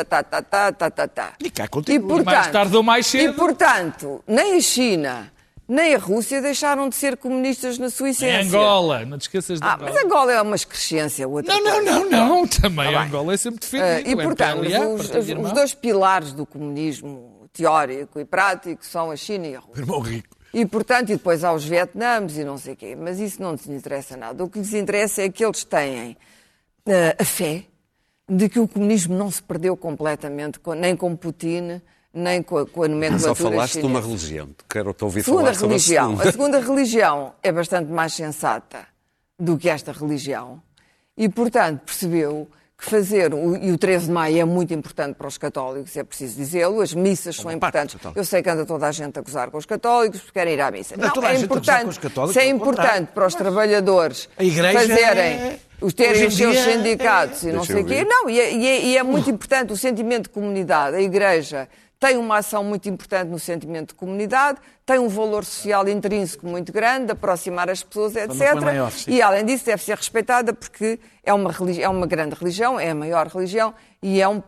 E cá continua. portanto, Mais tarde ou mais cedo. E, portanto, nem a China, nem a Rússia deixaram de ser comunistas na sua essência. É Angola, não te esqueças de Angola. Mas Angola é uma excrescência, outra coisa. Não, também Angola é sempre defendido. E, portanto, os dois pilares do comunismo teórico e prático são a China e a Rússia. Irmão rico. E, portanto, e depois há os Vietnãs e não sei o quê. Mas isso não lhes interessa nada. O que lhes interessa é que eles têm a fé de que o comunismo não se perdeu completamente, nem com Putin, nem com a nomenclatura Só falaste chinesa. de uma religião. Quero-te ouvir Segunda falar sobre religião. a A segunda religião é bastante mais sensata do que esta religião. E, portanto, percebeu que fazer... E o 13 de maio é muito importante para os católicos, é preciso dizê-lo. As missas são importantes. Eu sei que anda toda a gente a gozar com os católicos porque querem ir à missa. Não, toda a é gente a gozar com os importante. católicos, Se é ao contrário. importante para os trabalhadores A Igreja fazerem... terem hoje em os seus dia sindicatos e não Deixa sei eu o quê. ver. Não, e é muito importante o sentimento de comunidade. A Igreja tem uma ação muito importante no sentimento de comunidade, tem um valor social intrínseco muito grande, de aproximar as pessoas, etc. maior, sim. E, além disso, deve ser respeitada porque é uma grande religião, é a maior religião e a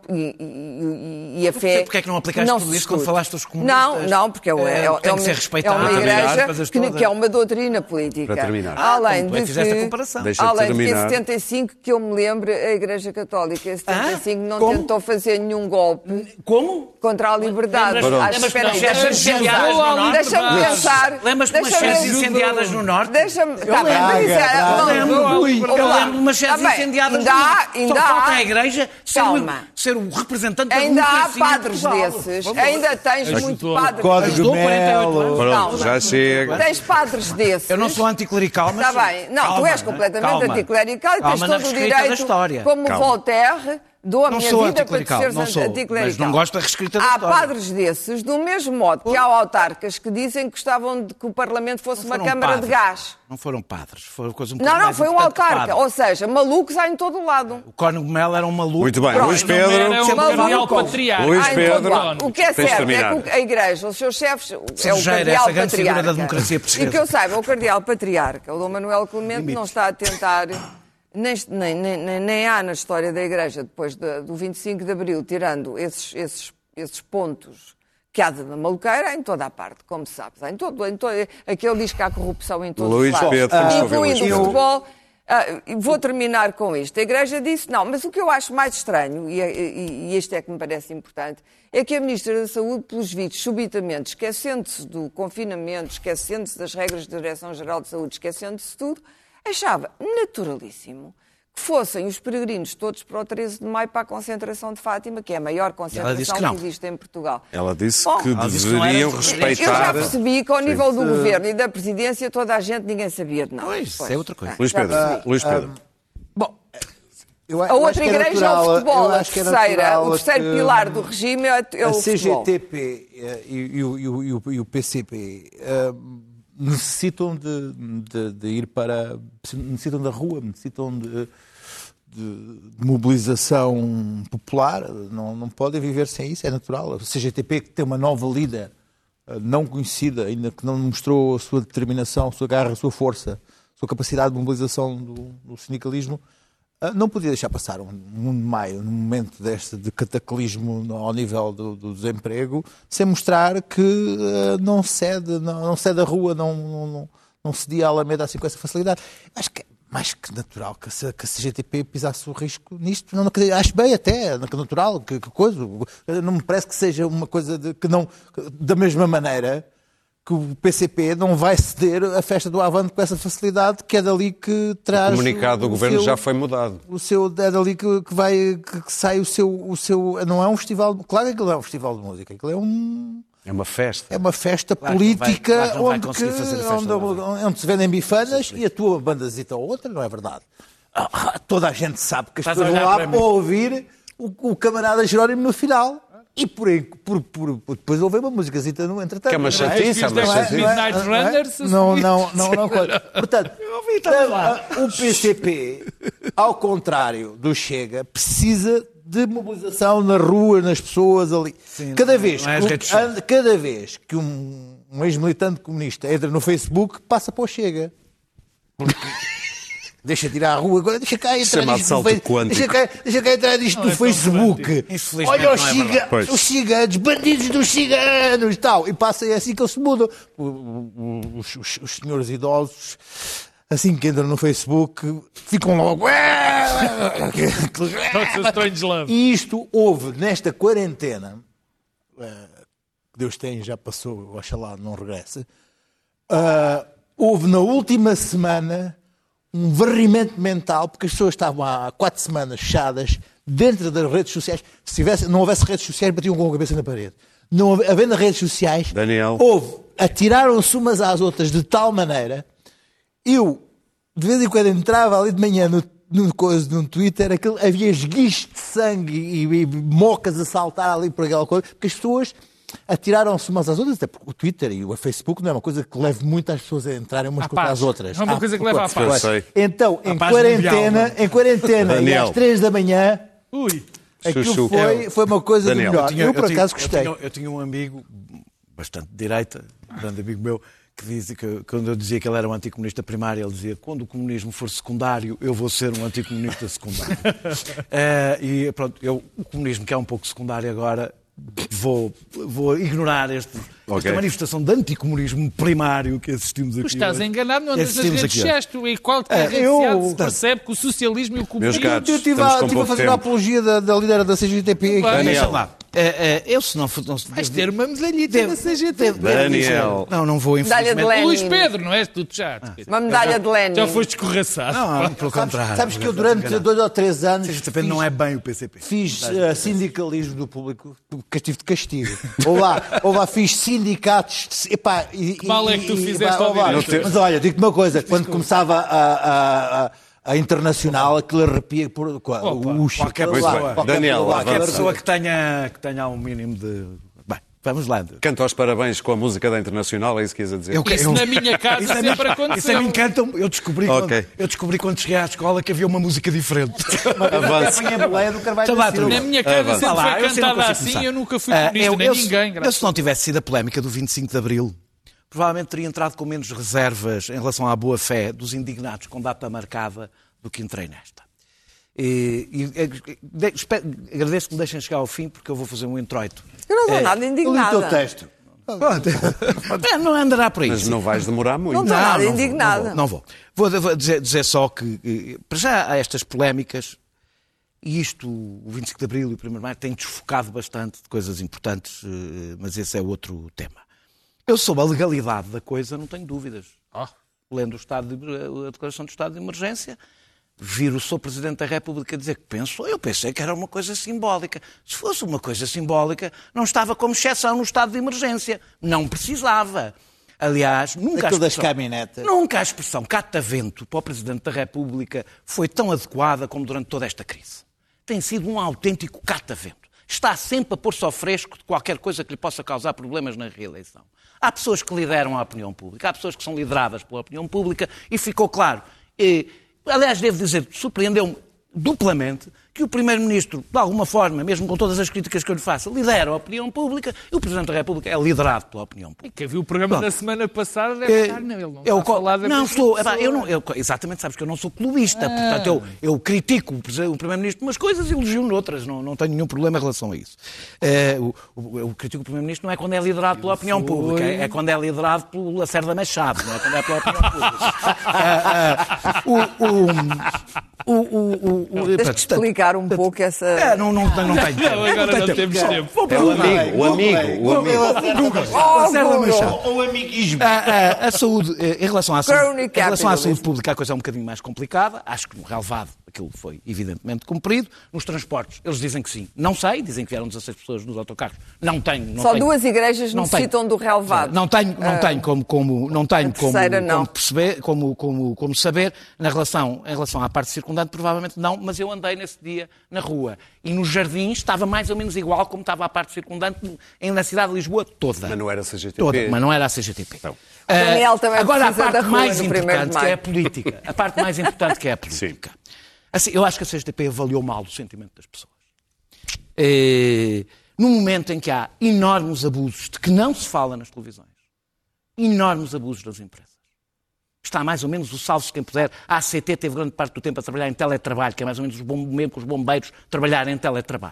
fé... Porquê é que não aplicaste tudo isso quando falaste dos comunistas? Não, porque tem que ser respeitado. é uma igreja todas. que é uma doutrina política. Para terminar. Além então, de fizeste a que, comparação. Deixa-te além de que em terminar. 75, que eu me lembro, a Igreja Católica em 75 não Como? tentou fazer nenhum golpe Como? contra a liberdade. Lembras-te Espera aí, das chefes deixa-me incendiadas no norte? Deixa-me pensar. Lembras-te de umas chefes incendiadas no norte? Deixa-me... Está bem, lembro. mas isso era... Eu lembro de umas chefes incendiadas no norte. Só falta a Igreja ser o representante da Ainda há democracia em padres Portugal. desses. Vamos Ainda tens muito padres. Código Ajudou 48 Melo. anos. Pronto, já chega. Tens padres desses. Eu não sou anticlerical, mas... Está bem. Não, tu és completamente anticlerical e tens Calma na todo o reescrita da direito, história. como Calma. Voltaire, dou a Não minha sou vida para tu anticlerical, seres não sou, anticlerical. mas não gosto da reescrita da Há história. padres desses, do mesmo modo que há autarcas que dizem que gostavam de que o Parlamento fosse uma Foram câmara padres. de gás. Não foram padres, foi coisa um bocadinho Não, mais foi um importante que autarca. padres. Ou seja, malucos há em todo o lado. O Cónigo Melo era um maluco. Muito bem, Pronto, Luís Era Pedro. um cardeal patriarca. Luís Há em Pedro. todo o lado. O que é Tens de certo é terminar. que a Igreja, os seus chefes, é o Sergeira, cardeal essa grande figura patriarca. da democracia portuguesa. E que eu saiba, o cardeal patriarca, o Dom Manuel Clemente, não está a tentar... Nem há na história da Igreja, depois do 25 de Abril, tirando esses pontos que há de maluqueira, em toda a parte, como sabes. Em todo, aqui ele diz que há corrupção em todos Luís os lados, Pedro, temos que ouvir incluindo Luís o Pedro. futebol. Vou terminar com isto. A Igreja disse não, mas o que eu acho mais estranho, e isto é que me parece importante, é que a Ministra da Saúde, pelos vistos, subitamente, esquecendo-se do confinamento, esquecendo-se das regras da Direção-Geral de Saúde, esquecendo-se de tudo, achava naturalíssimo que fossem os peregrinos todos para o 13 de maio para a concentração de Fátima, que é a maior concentração que existe em Portugal. Ela disse Bom, que deveriam respeitar... Eu já percebi que ao nível do Governo e da Presidência toda a gente, ninguém sabia de nada. Pois, é outra coisa. Luís Pedro, Luís Pedro. Bom, A outra igreja é o futebol, a terceira, o terceiro pilar do regime é o futebol. A CGTP e o PCP necessitam de ir para... necessitam da rua, necessitam de mobilização popular, não podem viver sem isso, é natural. A CGTP, que tem uma nova líder não conhecida, ainda que não mostrou a sua determinação, a sua garra, a sua força, a sua capacidade de mobilização do sindicalismo, não podia deixar passar um 1 de maio, num momento de cataclismo ao nível do desemprego, sem mostrar que não cede a rua, não cedia a Alameda assim com essa facilidade. Acho que é mais que natural que a CGTP pisasse o risco nisto. Não, acho bem até, natural, que coisa. Não me parece que seja uma coisa que não, da mesma maneira que o PCP não vai ceder a festa do Avante com essa facilidade, que é dali que traz... O comunicado do Governo já foi mudado. É dali que sai o seu... Não é um festival... Claro que aquilo é um festival de música. Aquilo é um É uma festa. É uma festa Claro, política não vai conseguir fazer a festa, onde se vendem bifanas e a tua bandazita ou outra, não é verdade? Toda a gente sabe que as pessoas vão lá para ouvir o camarada Jerónimo no final. E depois houve uma musicazita no entretanto. Que é uma chatice, Midnight Runners. Não. Portanto, o PCP, ao contrário do Chega, precisa de mobilização na rua, nas pessoas ali. Sim, cada vez que um ex-militante comunista entra no Facebook, passa para o Chega. Deixa tirar a rua agora, deixa cá entrar nisto no Facebook. Olha os ciganos, bandidos dos ciganos, tal. E passa, é assim que eles se mudam. Os senhores idosos, assim que entram no Facebook, ficam logo. E isto houve nesta quarentena, que Deus tem, já passou, oxalá não regresse. Houve na última semana um varrimento mental, porque as pessoas estavam há 4 semanas fechadas dentro das redes sociais. Se não houvesse redes sociais, batiam com a cabeça na parede. Não havendo redes sociais, atiraram-se umas às outras de tal maneira. Eu, de vez em quando, entrava ali de manhã no Twitter, havia esguichos de sangue e mocas a saltar ali por aquela coisa, porque as pessoas atiraram-se umas às outras, até porque o Twitter e o Facebook não é uma coisa que leve muito as pessoas a entrarem umas contra as outras. Não é uma coisa que leva à paz. Então, em quarentena e às 3 da manhã, aquilo foi uma coisa do melhor. Eu, por acaso, gostei. Eu tinha um amigo, bastante de direita, um grande amigo meu, que dizia que quando eu dizia que ele era um anticomunista primário, ele dizia: quando o comunismo for secundário, eu vou ser um anticomunista secundário. E pronto, o comunismo, que é um pouco secundário agora, vou ignorar esta manifestação de anticomunismo primário que assistimos aqui. Tu estás enganado, não andas nas redes sociais. E qualquer rede social se percebe que o socialismo e o comunismo... Eu estive a fazer a apologia da líder da CGTP. Daniel. Eu se não vais ter uma medalhita da CGTP. Daniel. Não vou, infelizmente. Luís Pedro, não és tu já? Uma medalha de Lenin. Já foste escorraçado. Não, pelo contrário. Sabes que eu durante 2 ou 3 anos... CGTP não é bem o PCP. Fiz sindicalismo do público, porque estive de castigo. Ou lá fiz sindicatos... Que mal é que tu fizeste ao vivo? Mas olha, digo-te uma coisa, quando começava a internacional, aquilo arrepia por qualquer pessoa que tenha um mínimo de... Bem, vamos lá. Canto aos parabéns com a música da Internacional, é isso que quis dizer? Isso na minha casa sempre aconteceu. Isso a mim encanta. Eu descobri quando cheguei à escola que havia uma música diferente. Na minha casa sempre foi cantada assim, eu nunca fui comunista, nem ninguém. Eu, se não tivesse sido a polémica do 25 de Abril, provavelmente teria entrado com menos reservas em relação à boa-fé dos indignados com data marcada do que entrei nesta. Agradeço que me deixem chegar ao fim, porque eu vou fazer um introito. Eu não estou nada indignada. Eu li o teu texto. Não andará por aí. Mas não vais demorar muito. Não estou nada indignada. Não vou. Vou dizer só que, para já, há estas polémicas, e isto, o 25 de Abril e o 1º de Maio, têm desfocado bastante de coisas importantes, mas esse é outro tema. Eu, sobre a legalidade da coisa, não tenho dúvidas. Lendo a declaração do estado de emergência, vir o Sr. Presidente da República dizer que pensou, eu pensei que era uma coisa simbólica. Se fosse uma coisa simbólica, não estava como exceção no estado de emergência. Não precisava. Aliás, nunca a expressão catavento para o Presidente da República foi tão adequada como durante toda esta crise. Tem sido um autêntico catavento. Está sempre a pôr-se ao fresco de qualquer coisa que lhe possa causar problemas na reeleição. Há pessoas que lideram a opinião pública, há pessoas que são lideradas pela opinião pública e ficou claro. Aliás, devo dizer, surpreendeu-me duplamente que o Primeiro-Ministro, de alguma forma, mesmo com todas as críticas que eu lhe faço, lidera a opinião pública e o Presidente da República é liderado pela opinião pública. E quem viu o programa da semana passada deve estar nele. Exatamente, sabes que eu não sou clubista, portanto eu critico o Primeiro-Ministro umas coisas e elogio noutras, não tenho nenhum problema em relação a isso. Eu critico o Primeiro-Ministro não é quando é liderado pela opinião pública, é quando é liderado pelo Lacerda Machado, não é quando é pela opinião pública. Tens de explicar um pouco essa... Não tenho. Agora não temos tempo. O amigo. O amiguismo. A saúde, em relação à saúde pública, a coisa é um bocadinho mais complicada. Acho que no relevado aquilo foi evidentemente cumprido. Nos transportes, eles dizem que sim. Não sei, dizem que vieram 16 pessoas nos autocarros. Não tenho. Só 2 igrejas necessitam do relevado. Não tenho como saber. Em relação à parte circundante, provavelmente não, mas eu andei nesse dia na rua. E nos jardins estava mais ou menos igual como estava a parte circundante na cidade de Lisboa toda. Mas não era a CGTP. Mas não era a CGTP. Não. Daniel também agora a precisa parte da rua mais no 1º de importante, maio. que é a política. A parte mais importante que é a política. Assim, eu acho que a CGTP avaliou mal o sentimento das pessoas. No momento em que há enormes abusos de que não se fala nas televisões, enormes abusos das empresas. Está mais ou menos o salve-se quem puder. A ACT teve grande parte do tempo a trabalhar em teletrabalho, que é mais ou menos os bombeiros trabalharem em teletrabalho.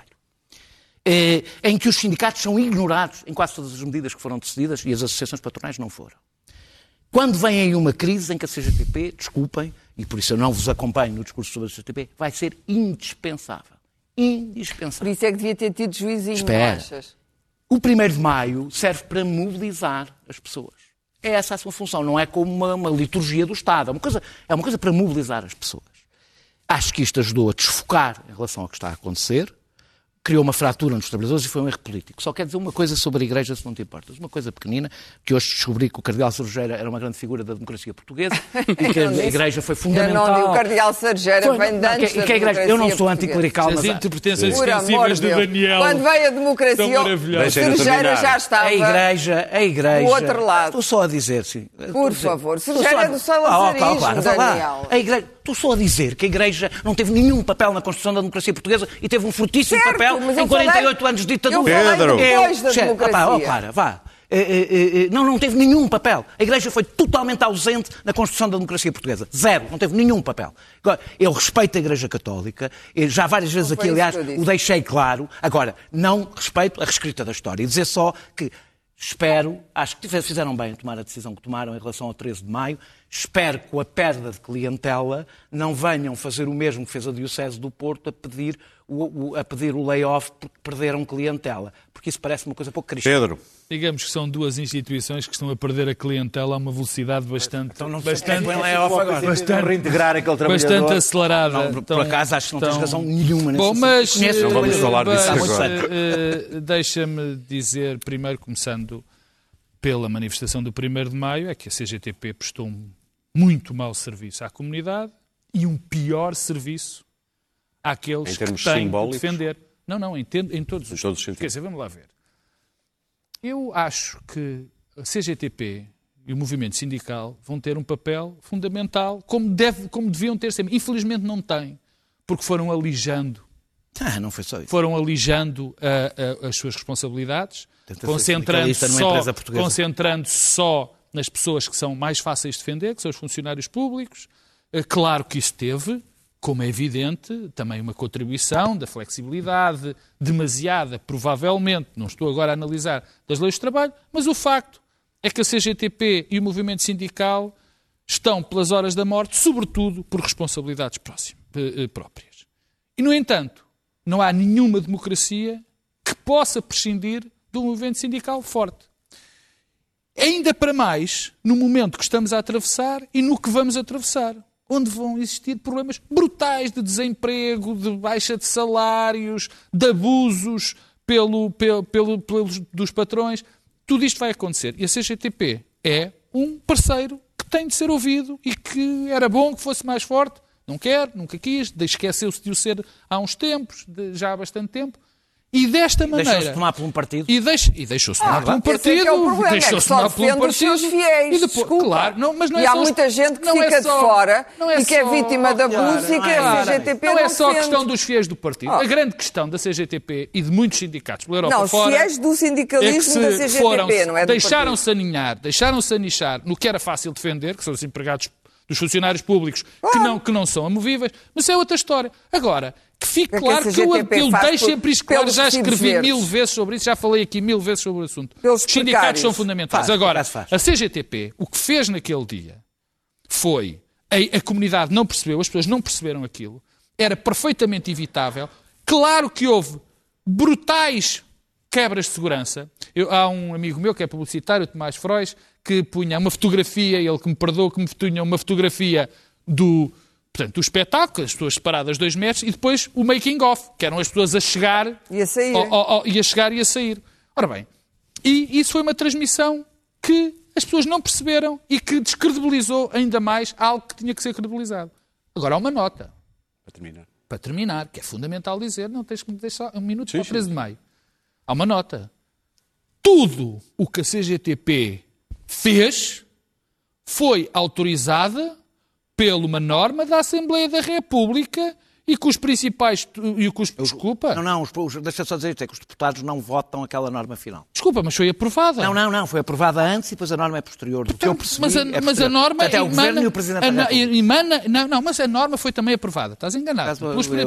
Em que os sindicatos são ignorados em quase todas as medidas que foram decididas e as associações patronais não foram. Quando vem aí uma crise em que a CGTP, desculpem, e por isso eu não vos acompanho no discurso sobre a CGTP, vai ser indispensável. Indispensável. Por isso é que devia ter tido juizinho, Espera. não achas? O 1º de maio serve para mobilizar as pessoas. É essa a sua função, não é como uma liturgia do Estado. É uma coisa para mobilizar as pessoas. Acho que isto ajudou a desfocar em relação ao que está a acontecer, criou uma fratura nos trabalhadores e foi um erro político. Só quero dizer uma coisa sobre a Igreja, se não te importas. Uma coisa pequenina, que hoje descobri que o Cardeal Cerejeira era uma grande figura da democracia portuguesa e que a Igreja foi fundamental. Eu não digo o Cardeal Cerejeira, vem de antes da democracia. Eu não sou anticlerical, mas... As interpretações extensivas do Daniel... Quando veio a democracia, o Cerejeira já estava... A Igreja... do outro lado. Estou só a dizer, sim. Por favor, Cerejeira é do salazarismo, Daniel. A Igreja... Estou só a dizer que a Igreja não teve nenhum papel na construção da democracia portuguesa e teve um fortíssimo papel em 48 anos de ditadura. Pedro! Depois da democracia. Clara, vá. Não teve nenhum papel. A Igreja foi totalmente ausente na construção da democracia portuguesa. Zero. Não teve nenhum papel. Agora, eu respeito a Igreja Católica. Já várias vezes aqui, aliás, o deixei claro. Agora, não respeito a reescrita da história. E dizer só que acho que fizeram bem em tomar a decisão que tomaram em relação ao 13 de maio. Espero que com a perda de clientela não venham fazer o mesmo que fez a Diocese do Porto a pedir o layoff porque perderam clientela. Porque isso parece uma coisa pouco cristã. Pedro. Digamos que são 2 instituições que estão a perder a clientela a uma velocidade bastante reintegrar aquele trabalhador. Bastante acelerada. Não, por acaso acho que não tens razão nenhuma nesse sentido. Mas não vamos falar disso agora. Deixa-me dizer, primeiro, começando pela manifestação do 1º de maio, é que a CGTP prestou um muito mau serviço à comunidade e um pior serviço àqueles que têm de defender. Não, em todos os sentidos. Quer dizer, vamos lá ver. Eu acho que a CGTP e o movimento sindical vão ter um papel fundamental, como deviam ter sempre. Infelizmente não têm, porque foram alijando. Não foi só isso. Foram alijando as suas responsabilidades, concentrando só nas pessoas que são mais fáceis de defender, que são os funcionários públicos. Claro que isso teve, como é evidente, também uma contribuição da flexibilidade demasiada, provavelmente, não estou agora a analisar, das leis de trabalho, mas o facto é que a CGTP e o movimento sindical estão pelas horas da morte, sobretudo por responsabilidades próprias. E, no entanto, não há nenhuma democracia que possa prescindir de um movimento sindical forte. Ainda para mais no momento que estamos a atravessar e no que vamos atravessar, onde vão existir problemas brutais de desemprego, de baixa de salários, de abusos dos patrões. Tudo isto vai acontecer. E a CGTP é um parceiro que tem de ser ouvido e que era bom que fosse mais forte. Não quer, nunca quis, esqueceu-se de o ser há uns tempos, já há bastante tempo. E desta maneira... Deixou-se tomar por um partido. E deixou-se tomar por um partido. É o problema, deixou-se tomar por um partido. Os seus fiéis, e depois, claro, mas não é e há muita gente que fica de fora e que é vítima de abuso e que a CGTP não é só a questão dos fiéis do partido. A grande questão da CGTP e de muitos sindicatos pela Europa fora... Não, os fiéis do sindicalismo da CGTP, não é do partido. Deixaram-se anichar no que era fácil defender, que são os empregados dos funcionários públicos que não são amovíveis, mas é outra história. Agora, que fique claro que eu deixo sempre isto claro, já escrevi 1000 vezes sobre isso, já falei aqui 1000 vezes sobre o assunto. Os sindicatos são fundamentais. Agora, a CGTP, o que fez naquele dia foi, a comunidade não percebeu, as pessoas não perceberam aquilo, era perfeitamente evitável. Claro que houve brutais quebras de segurança. Há um amigo meu que é publicitário, o Tomás Frois, que punha uma fotografia, ele que me perdoou, que me punha uma fotografia do espetáculo, as pessoas separadas 2 metros, e depois o making of, que eram as pessoas a chegar e a sair. E a chegar e a sair. Ora bem, e isso foi uma transmissão que as pessoas não perceberam e que descredibilizou ainda mais algo que tinha que ser credibilizado. Agora há uma nota. Para terminar, que é fundamental dizer, não tens que me deixar um minuto para o 13 de maio. Há uma nota. Tudo o que a CGTP fez foi autorizada por uma norma da Assembleia da República e que os principais... Desculpa. Não, deixa só dizer isto, é que os deputados não votam aquela norma final. Desculpa, mas foi aprovada. Não, foi aprovada antes e depois a norma é posterior. Do que eu percebi, mas a norma... Até o Governo e o Presidente da República. Mas a norma foi também aprovada. Estás enganado.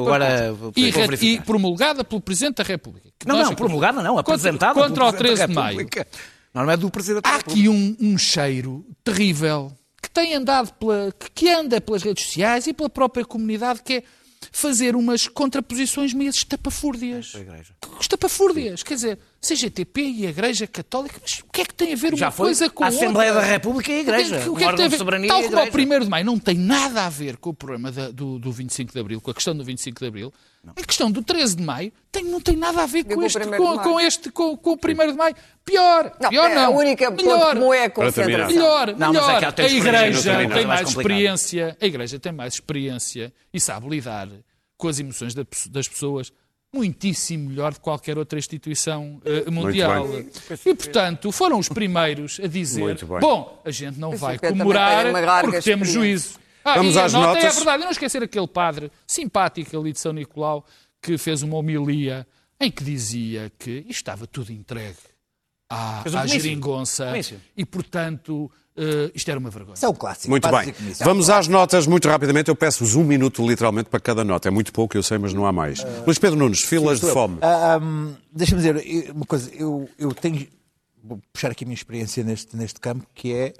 E promulgada pelo Presidente da República. Não, promulgada não, apresentada contra o 13 de maio. A norma é do Presidente da República. Há aqui um cheiro terrível que tem andado que anda pelas redes sociais e pela própria comunidade, que é fazer umas contraposições meio estapafúrdias. Estapafúrdias. Quer dizer, CGTP e a Igreja Católica, mas o que é que tem a ver uma coisa com a outra? A Assembleia da República e a Igreja. O que é que tem a ver? Tal como o 1º de Maio não tem nada a ver com o problema do 25 de Abril, com a questão do 25 de Abril, a questão do 13 de Maio não tem nada a ver com o 1º de Maio. Pior não. A única ponto comum é a concentração. Melhor. A Igreja tem mais experiência. A Igreja tem mais experiência e sabe lidar com as emoções das pessoas muitíssimo melhor de qualquer outra instituição mundial. E, portanto, foram os primeiros a dizer, bom, a gente não vai comemorar porque temos juízo. Vamos às notas. É verdade, e não esquecer aquele padre simpático ali de São Nicolau que fez uma homilia em que dizia que isto estava tudo entregue à geringonça e, portanto, isto era uma vergonha. Isso é um clássico. Muito bem. Vamos às notas muito rapidamente. Eu peço-vos 1 minuto, literalmente, para cada nota. É muito pouco, eu sei, mas não há mais. Luís Pedro Nunes, filas de fome. Deixa-me dizer uma coisa. Eu tenho... Vou puxar aqui a minha experiência neste campo, que é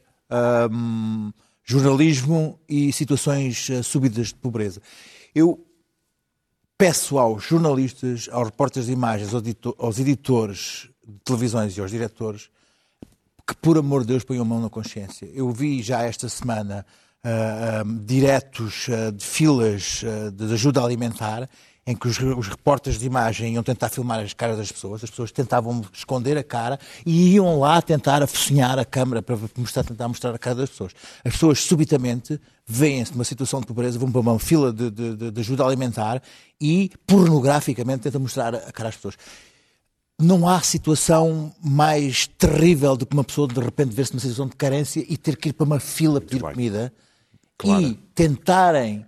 jornalismo e situações súbitas de pobreza. Eu peço aos jornalistas, aos repórteres de imagens, aos editores de televisões e aos diretores que, por amor de Deus, ponham a mão na consciência. Eu vi já esta semana diretos de filas de ajuda alimentar em que os repórteres de imagem iam tentar filmar as caras das pessoas, as pessoas tentavam esconder a cara e iam lá tentar afocinhar a câmara para tentar mostrar a cara das pessoas. As pessoas subitamente veem-se numa situação de pobreza, vão para uma fila de ajuda alimentar e pornograficamente tentam mostrar a cara às pessoas. Não há situação mais terrível do que uma pessoa de repente ver-se numa situação de carência e ter que ir para uma fila pedir comida e tentarem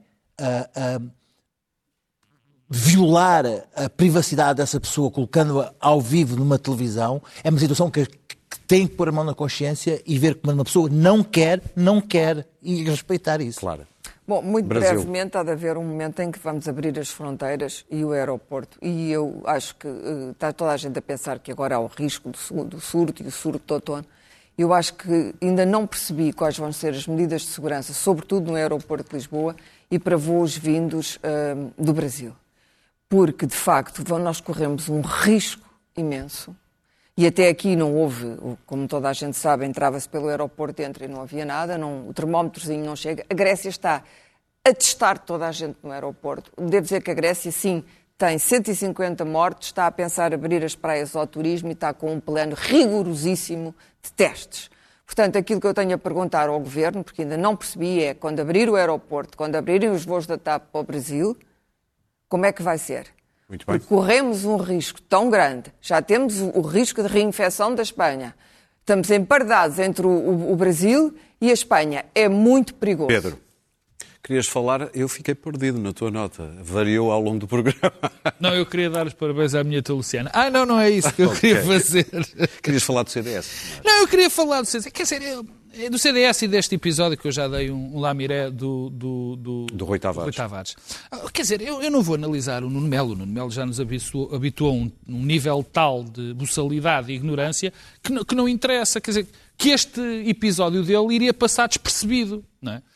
violar a privacidade dessa pessoa colocando-a ao vivo numa televisão. É uma situação que tem que pôr a mão na consciência e ver como uma pessoa não quer e respeitar isso. Claro. Bom, muito brevemente há de haver um momento em que vamos abrir as fronteiras e o aeroporto. E eu acho que está toda a gente a pensar que agora há o risco do surto e o surto de outono. Eu acho que ainda não percebi quais vão ser as medidas de segurança, sobretudo no aeroporto de Lisboa e para voos vindos do Brasil. Porque, de facto, nós corremos um risco imenso. E até aqui não houve, como toda a gente sabe, entrava-se pelo aeroporto, entra e não havia nada, o termómetrozinho não chega. A Grécia está a testar toda a gente no aeroporto. Devo dizer que a Grécia, sim, tem 150 mortos, está a pensar abrir as praias ao turismo e está com um plano rigorosíssimo de testes. Portanto, aquilo que eu tenho a perguntar ao Governo, porque ainda não percebi, é quando abrir o aeroporto, quando abrirem os voos da TAP para o Brasil, como é que vai ser? Muito bem. Porque corremos um risco tão grande, já temos o risco de reinfecção da Espanha, estamos emparedados entre o Brasil e a Espanha, é muito perigoso. Pedro, querias falar, eu fiquei perdido na tua nota, variou ao longo do programa. Não, eu queria dar os parabéns à minha tia Luciana. Não é isso que eu queria fazer. Querias falar do CDS? Não, eu queria falar do CDS, quer dizer, do CDS e deste episódio que eu já dei um lamiré do Rui Tavares. Quer dizer, eu não vou analisar o Nuno Melo. O Nuno Melo já nos habituou a um nível tal de buçalidade e ignorância que não interessa. Quer dizer, que este episódio dele iria passar despercebido, não é?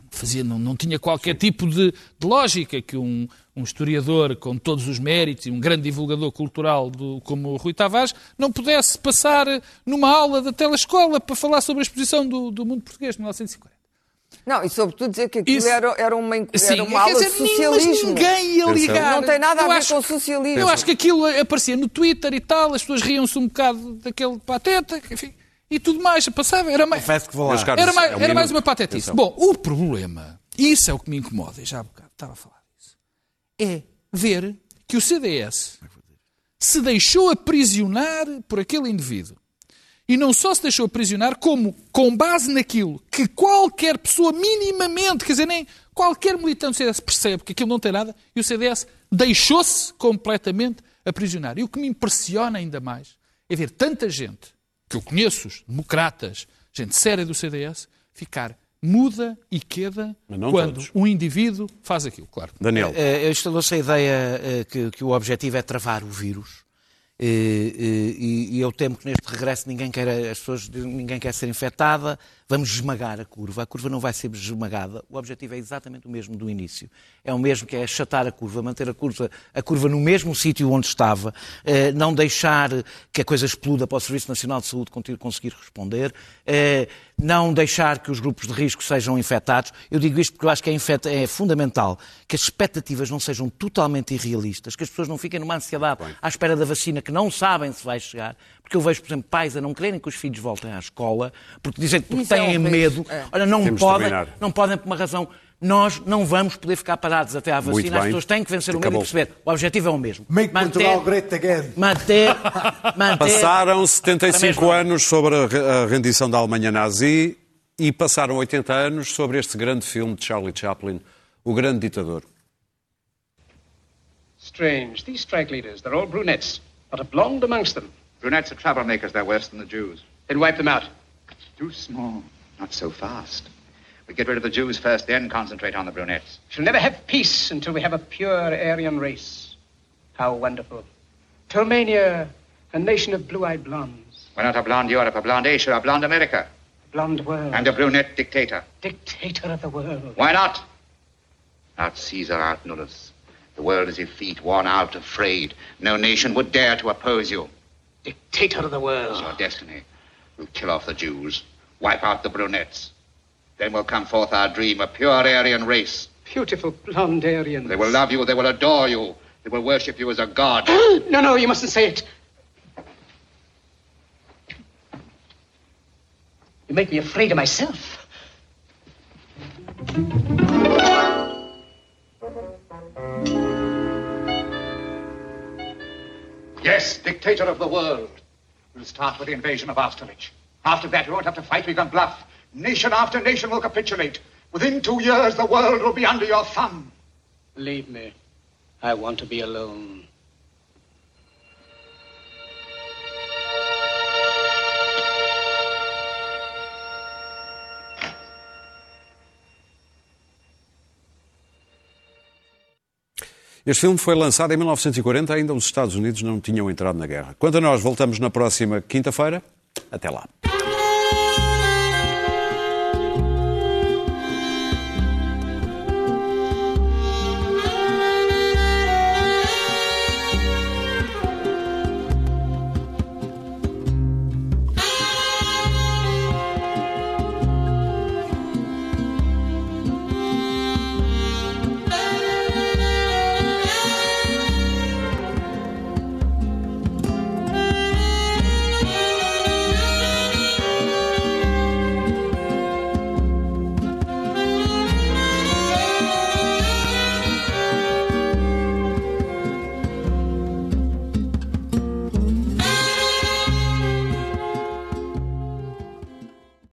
não tinha qualquer tipo de lógica que um historiador com todos os méritos e um grande divulgador cultural como o Rui Tavares não pudesse passar numa aula da telescola para falar sobre a exposição do mundo português de 1940. Não, e sobretudo dizer que aquilo era uma Sim, aula de socialismo. Mas ninguém ia ligar. Não tem nada a ver com o socialismo. Eu acho que aquilo aparecia no Twitter e tal, as pessoas riam-se um bocado daquele pateta, enfim, e tudo mais. Passava, era mais uma patetice. Bom, o problema, isso é o que me incomoda, e já há bocado estava a falar disso, é ver que o CDS se deixou aprisionar por aquele indivíduo. E não só se deixou aprisionar, como, com base naquilo que qualquer pessoa minimamente, quer dizer, nem qualquer militante do CDS percebe que aquilo não tem nada, e o CDS deixou-se completamente aprisionar. E o que me impressiona ainda mais é ver tanta gente, que eu conheço, os democratas, gente séria do CDS, ficar muda e queda quando todos. Um indivíduo faz aquilo, claro. Daniel. Instalou-se a ideia que o objetivo é travar o vírus. E eu temo que neste regresso ninguém quer ser infectada, vamos esmagar a curva não vai ser esmagada, o objetivo é exatamente o mesmo do início, é o mesmo que é achatar a curva, manter a curva no mesmo sítio onde estava, não deixar que a coisa exploda para o Serviço Nacional de Saúde conseguir responder, não deixar que os grupos de risco sejam infectados. Eu digo isto porque eu acho que é fundamental que as expectativas não sejam totalmente irrealistas, que as pessoas não fiquem numa ansiedade à espera da vacina que não sabem se vai chegar, porque eu vejo, por exemplo, pais a não quererem que os filhos voltem à escola, porque dizem que têm medo. Olha, não podem por uma razão. Nós não vamos poder ficar parados até à vacina. As pessoas têm que vencer o medo e perceber. O objetivo é o mesmo. Make Portugal great again. Manter. Passaram 75 anos sobre a rendição da Alemanha nazi e passaram 80 anos sobre este grande filme de Charlie Chaplin, O Grande Ditador. Strange. These strike leaders, they're all brunettes. Not a blonde amongst them. Brunettes are troublemakers. They're worse than the Jews. Then wipe them out. Too small. Not so fast. We get rid of the Jews first, then concentrate on the brunettes. We'll never have peace until we have a pure Aryan race. How wonderful. Tomania, a nation of blue-eyed blondes. We're not a blonde Europe, a blonde Asia, a blonde America. A blonde world. And a brunette dictator. Dictator of the world. Why not? Out Caesar, out Nullus. The world is effete, worn out, afraid. No nation would dare to oppose you. Dictator of the world. It's your destiny. We'll kill off the Jews, wipe out the brunettes. Then will come forth our dream, a pure Aryan race. Beautiful blonde Aryans. They will love you, they will adore you. They will worship you as a god. No, you mustn't say it. You make me afraid of myself. Yes, dictator of the world. We'll start with the invasion of Austerlitz. After that, we won't have to fight, we can bluff. Nation after nation will capitulate. Within 2 years, the world will be under your thumb. Leave me. I want to be alone. Este filme foi lançado em 1940, ainda os Estados Unidos não tinham entrado na guerra. Quanto a nós, voltamos na próxima quinta-feira. Até lá.